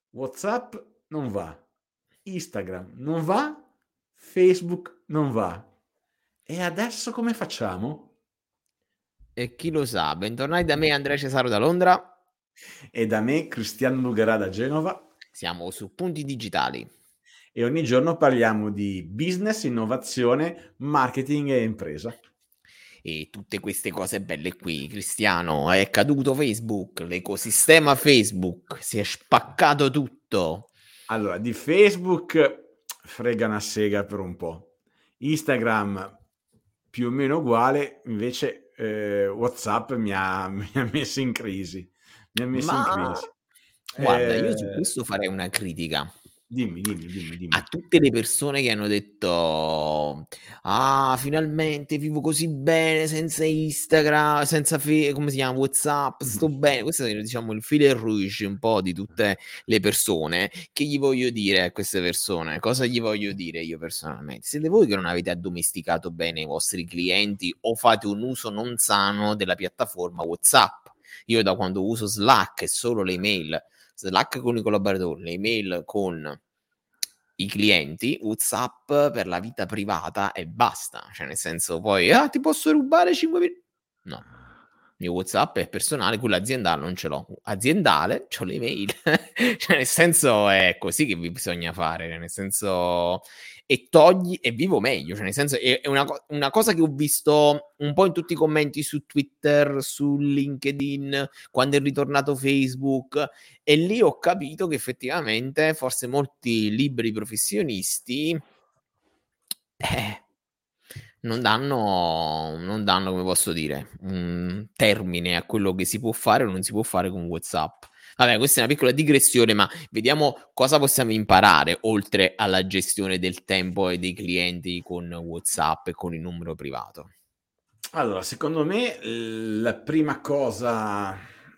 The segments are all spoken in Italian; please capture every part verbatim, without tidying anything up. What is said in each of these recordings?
WhatsApp non va, Instagram non va, Facebook non va. E adesso come facciamo? E chi lo sa, bentornati da me Andrea Cesaro da Londra, E da me, Cristiano Lugarà da Genova, siamo su Punti Digitali e ogni giorno parliamo di business, innovazione, marketing e impresa. e tutte queste cose belle qui. Cristiano, è caduto Facebook, l'ecosistema Facebook, si è spaccato tutto. Allora, di Facebook frega una sega per un po'. Instagram più o meno uguale, invece eh, WhatsApp mi ha, mi ha messo in crisi. Mi ha messo in Ma crisi. guarda, io su Eh, questo farei una critica. dimmi, dimmi, dimmi, A dimmi. tutte le persone che hanno detto: "Ah, finalmente vivo così bene senza Instagram, senza fe come si chiama, WhatsApp, sto bene." Questo è, diciamo, il fil rouge un po' di tutte le persone. Che gli voglio dire a queste persone? Cosa gli voglio dire io personalmente? Siete voi che non avete addomesticato bene i vostri clienti o fate un uso non sano della piattaforma WhatsApp. Io da quando uso Slack e solo le email, Slack con i collaboratori, le email con i clienti, WhatsApp per la vita privata e basta. Cioè, nel senso, poi, ah, ti posso rubare cinque mila. No. Il mio WhatsApp è personale, quello aziendale non ce l'ho. Aziendale, c'ho le mail. Cioè, nel senso, è così che bisogna fare. Nel senso, e togli e vivo meglio. Cioè, nel senso, è, è una, co- una cosa che ho visto un po' in tutti i commenti su Twitter, su LinkedIn, quando è ritornato Facebook. E lì ho capito che effettivamente forse molti liberi professionisti eh, non danno, non danno, come posso dire, un termine a quello che si può fare o non si può fare con WhatsApp. Vabbè, questa è una piccola digressione, ma vediamo cosa possiamo imparare oltre alla gestione del tempo e dei clienti con WhatsApp e con il numero privato. Allora, secondo me la prima cosa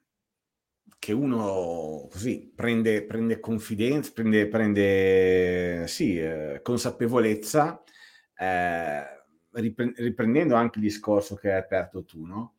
che uno così prende, prende confidenza, prende, prende sì, eh, consapevolezza, eh, ripre- riprendendo anche il discorso che hai aperto tu, no?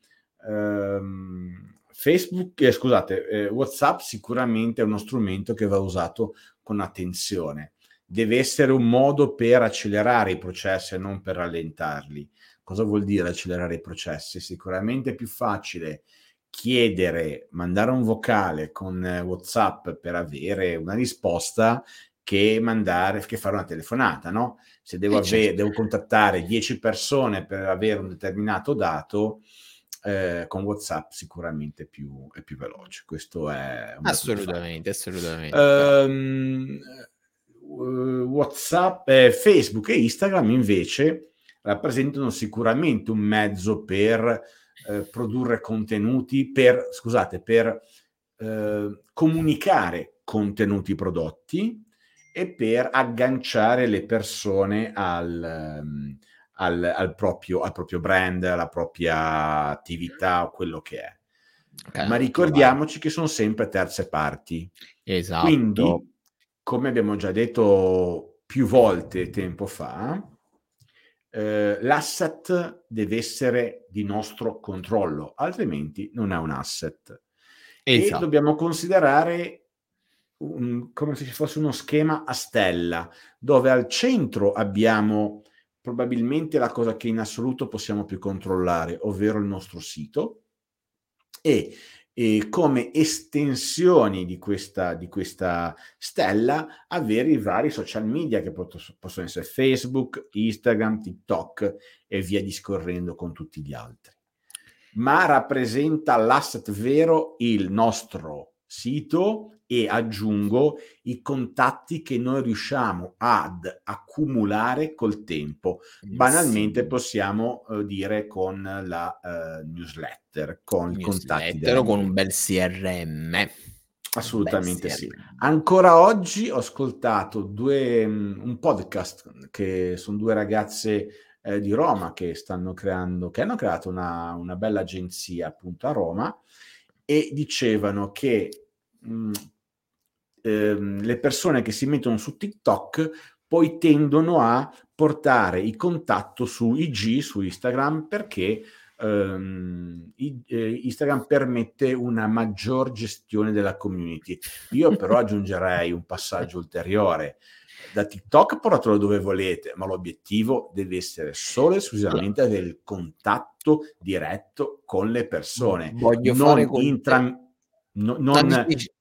Ehm, Facebook, eh, scusate, eh, WhatsApp sicuramente è uno strumento che va usato con attenzione. Deve essere un modo per accelerare i processi e non per rallentarli. Cosa vuol dire accelerare i processi? Sicuramente è più facile chiedere, mandare un vocale con eh, WhatsApp per avere una risposta che mandare, che fare una telefonata, no? Se devo, Eh ave- certo, devo contattare dieci persone per avere un determinato dato, eh, con WhatsApp sicuramente più, è più veloce. Questo è un dato di fatto. assolutamente, assolutamente. Però, Ehm, WhatsApp, eh, Facebook e Instagram invece rappresentano sicuramente un mezzo per eh, produrre contenuti, per, scusate, per eh, comunicare contenuti prodotti e per agganciare le persone al, um, al, al, proprio, al proprio brand, alla propria attività o quello che è. Ma okay, trovare ricordiamoci che sono sempre terze parti. esatto. Quindi, come abbiamo già detto più volte tempo fa, eh, l'asset deve essere di nostro controllo, altrimenti non è un asset. E Esatto. dobbiamo considerare un, come se ci fosse uno schema a stella, dove al centro abbiamo probabilmente la cosa che in assoluto possiamo più controllare, ovvero il nostro sito, e, e come estensioni di questa, di questa stella avere i vari social media che pot- possono essere Facebook, Instagram, TikTok e via discorrendo con tutti gli altri. Ma rappresenta l'asset vero il nostro sito e aggiungo i contatti che noi riusciamo ad accumulare col tempo. Banalmente Sì. possiamo eh, dire con la eh, newsletter, con i contatti Newsletter della o con un mail. bel C R M. Un bel Assolutamente sì. C R M. Ancora oggi ho ascoltato due, mm, un podcast che sono due ragazze eh, di Roma che stanno creando, che hanno creato una, una bella agenzia appunto a Roma e dicevano che mh, ehm, le persone che si mettono su TikTok poi tendono a portare il contatto su I G, su Instagram, perché ehm, i- eh, Instagram permette una maggior gestione della community. Io però aggiungerei un passaggio ulteriore. Da TikTok portatelo dove volete, ma l'obiettivo deve essere solo e Allora, esclusivamente avere il contatto diretto con le persone, voglio fare non, con te. intra- no- No, non dici- dici-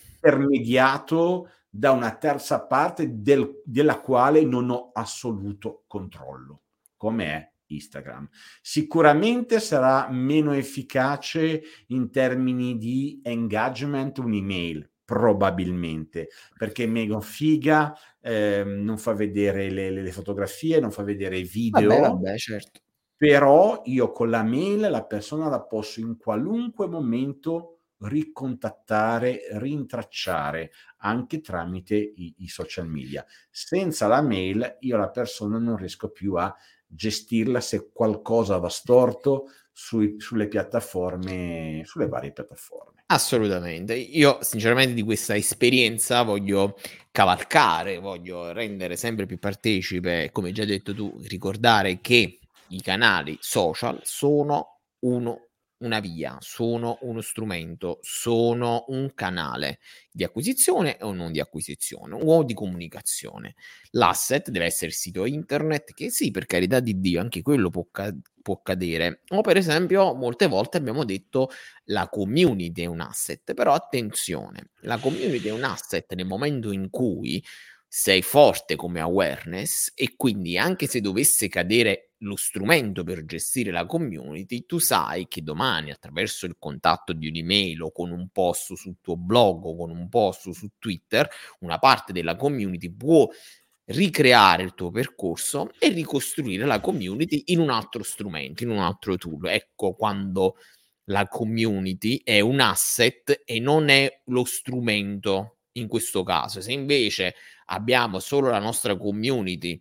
intermediato da una terza parte del- della quale non ho assoluto controllo, come è Instagram. Sicuramente sarà meno efficace in termini di engagement un'email, probabilmente, perché è mega figa, ehm, non fa vedere le, le- le fotografie, non fa vedere i Vabbè, video, vabbè, certo. però io con la mail la persona la posso in qualunque momento ricontattare, rintracciare anche tramite i, i social media. Senza la mail io la persona non riesco più a gestirla se qualcosa va storto sui- sulle piattaforme, sulle varie piattaforme. Assolutamente. Io sinceramente di questa esperienza voglio cavalcare, voglio rendere sempre più partecipe, come hai già detto tu, ricordare che i canali social sono uno, una via, sono uno strumento, sono un canale di acquisizione o non di acquisizione o di comunicazione. L'asset deve essere il sito internet, che sì, per carità di Dio, anche quello può, ca- può cadere. O per esempio, molte volte abbiamo detto la community è un asset, però attenzione, la community è un asset nel momento in cui sei forte come awareness e quindi anche se dovesse cadere lo strumento per gestire la community, tu sai che domani attraverso il contatto di un'email o con un post sul tuo blog o con un post su Twitter, una parte della community può ricreare il tuo percorso e ricostruire la community in un altro strumento, in un altro tool. Ecco quando la community è un asset e non è lo strumento in questo caso. Se invece abbiamo solo la nostra community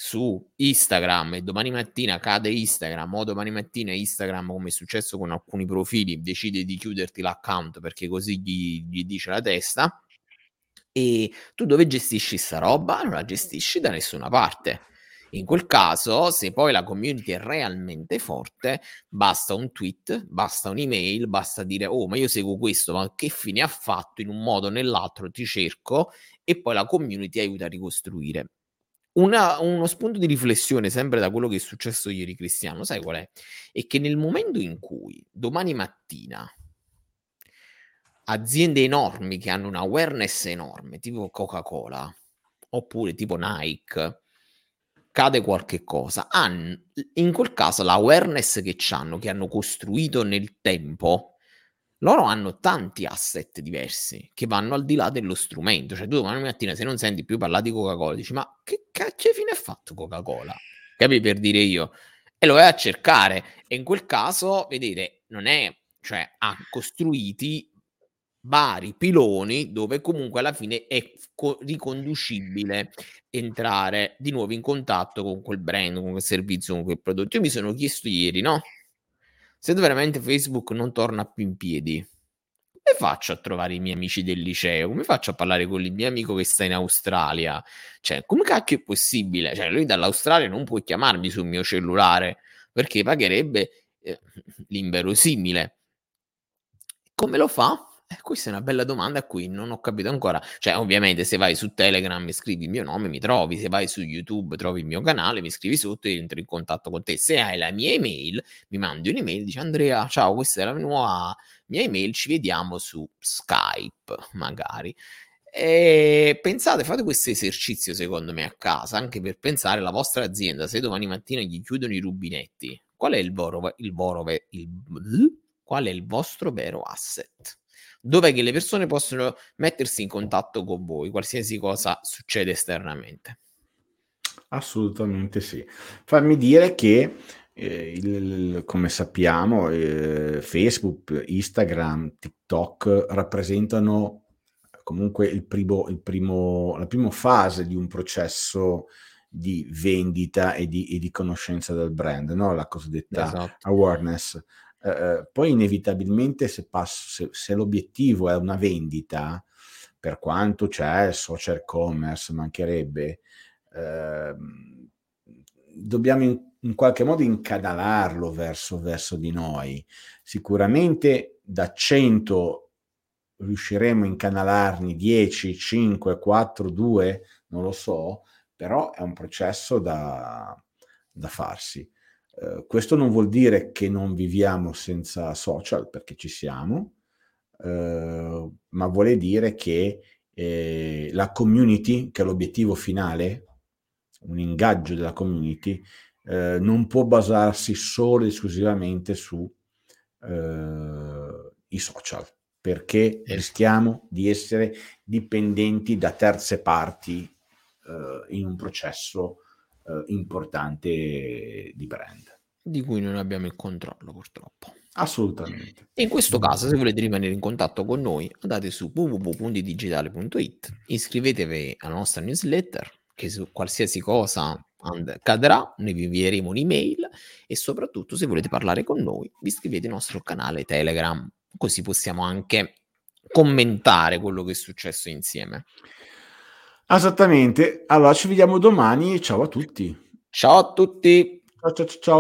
su Instagram e domani mattina cade Instagram o domani mattina Instagram, come è successo con alcuni profili, decide di chiuderti l'account perché così gli, gli dice la testa, e tu dove gestisci sta roba? Non la gestisci da nessuna parte. In quel caso, se poi la community è realmente forte, basta un tweet, basta un'email, basta dire oh, ma io seguo questo, ma che fine ha fatto? In un modo o nell'altro ti cerco e poi la community aiuta a ricostruire. Una, uno spunto di riflessione, sempre da quello che è successo ieri, Cristiano, sai qual è? È che nel momento in cui domani mattina aziende enormi che hanno un awareness enorme, tipo Coca-Cola, oppure tipo Nike, cade qualche cosa, hanno, in quel caso l'awareness che hanno, che hanno costruito nel tempo, loro hanno tanti asset diversi che vanno al di là dello strumento. Cioè tu domani mattina se non senti più parlare di Coca-Cola dici ma che cacchio fine ha fatto Coca-Cola? Capi per dire io? E lo vai a cercare e in quel caso, vedete, non è, cioè ha costruiti vari piloni dove comunque alla fine è co- riconducibile entrare di nuovo in contatto con quel brand, con quel servizio, con quel prodotto. Io mi sono chiesto ieri, no? Se veramente Facebook non torna più in piedi, come faccio a trovare i miei amici del liceo? Come faccio a parlare con il mio amico che sta in Australia? Cioè, come cacchio è possibile? Cioè, lui dall'Australia non può chiamarmi sul mio cellulare perché pagherebbe eh, l'inverosimile. Come lo fa? Eh, questa è una bella domanda a cui non ho capito ancora. Cioè, ovviamente, se vai su Telegram e scrivi il mio nome, mi trovi. Se vai su YouTube, trovi il mio canale, mi scrivi sotto e entro in contatto con te. Se hai la mia email, mi mandi un'email, dici Andrea, ciao, questa è la nuova mia email, ci vediamo su Skype, magari. E pensate, fate questo esercizio secondo me a casa, anche per pensare alla vostra azienda, se domani mattina gli chiudono i rubinetti, qual è il vero, il vero, il, qual è il vostro vero asset? Dov'è che le persone possono mettersi in contatto con voi, qualsiasi cosa succede esternamente? Assolutamente sì. Fammi dire che, eh, il- il- come sappiamo, eh, Facebook, Instagram, TikTok rappresentano comunque il primo, il primo, la prima fase di un processo di vendita e di, e di conoscenza del brand, no? La cosiddetta Esatto. awareness. Eh, eh, poi inevitabilmente se, passo, se, se l'obiettivo è una vendita, per quanto c'è social commerce, mancherebbe, ehm, dobbiamo in, in qualche modo incanalarlo verso, verso di noi. Sicuramente da cento riusciremo a incanalarne dieci, cinque, quattro, due, non lo so, però è un processo da, da farsi. Uh, questo non vuol dire che non viviamo senza social, perché ci siamo, uh, ma vuole dire che eh, la community, che è l'obiettivo finale, un ingaggio della community, eh, non può basarsi solo e esclusivamente su eh, i social, perché Esatto. rischiamo di essere dipendenti da terze parti eh, in un processo eh, importante di brand. Di cui non abbiamo il controllo, purtroppo. Assolutamente. In questo caso, se volete rimanere in contatto con noi, andate su w w w punto digitale punto i t, iscrivetevi alla nostra newsletter, che su qualsiasi cosa accadrà, noi vi invieremo un'email, e soprattutto, se volete parlare con noi, vi iscrivete al nostro canale Telegram, così possiamo anche commentare quello che è successo insieme. Esattamente. Allora ci vediamo domani e ciao a tutti. Ciao a tutti. Ciao ciao ciao.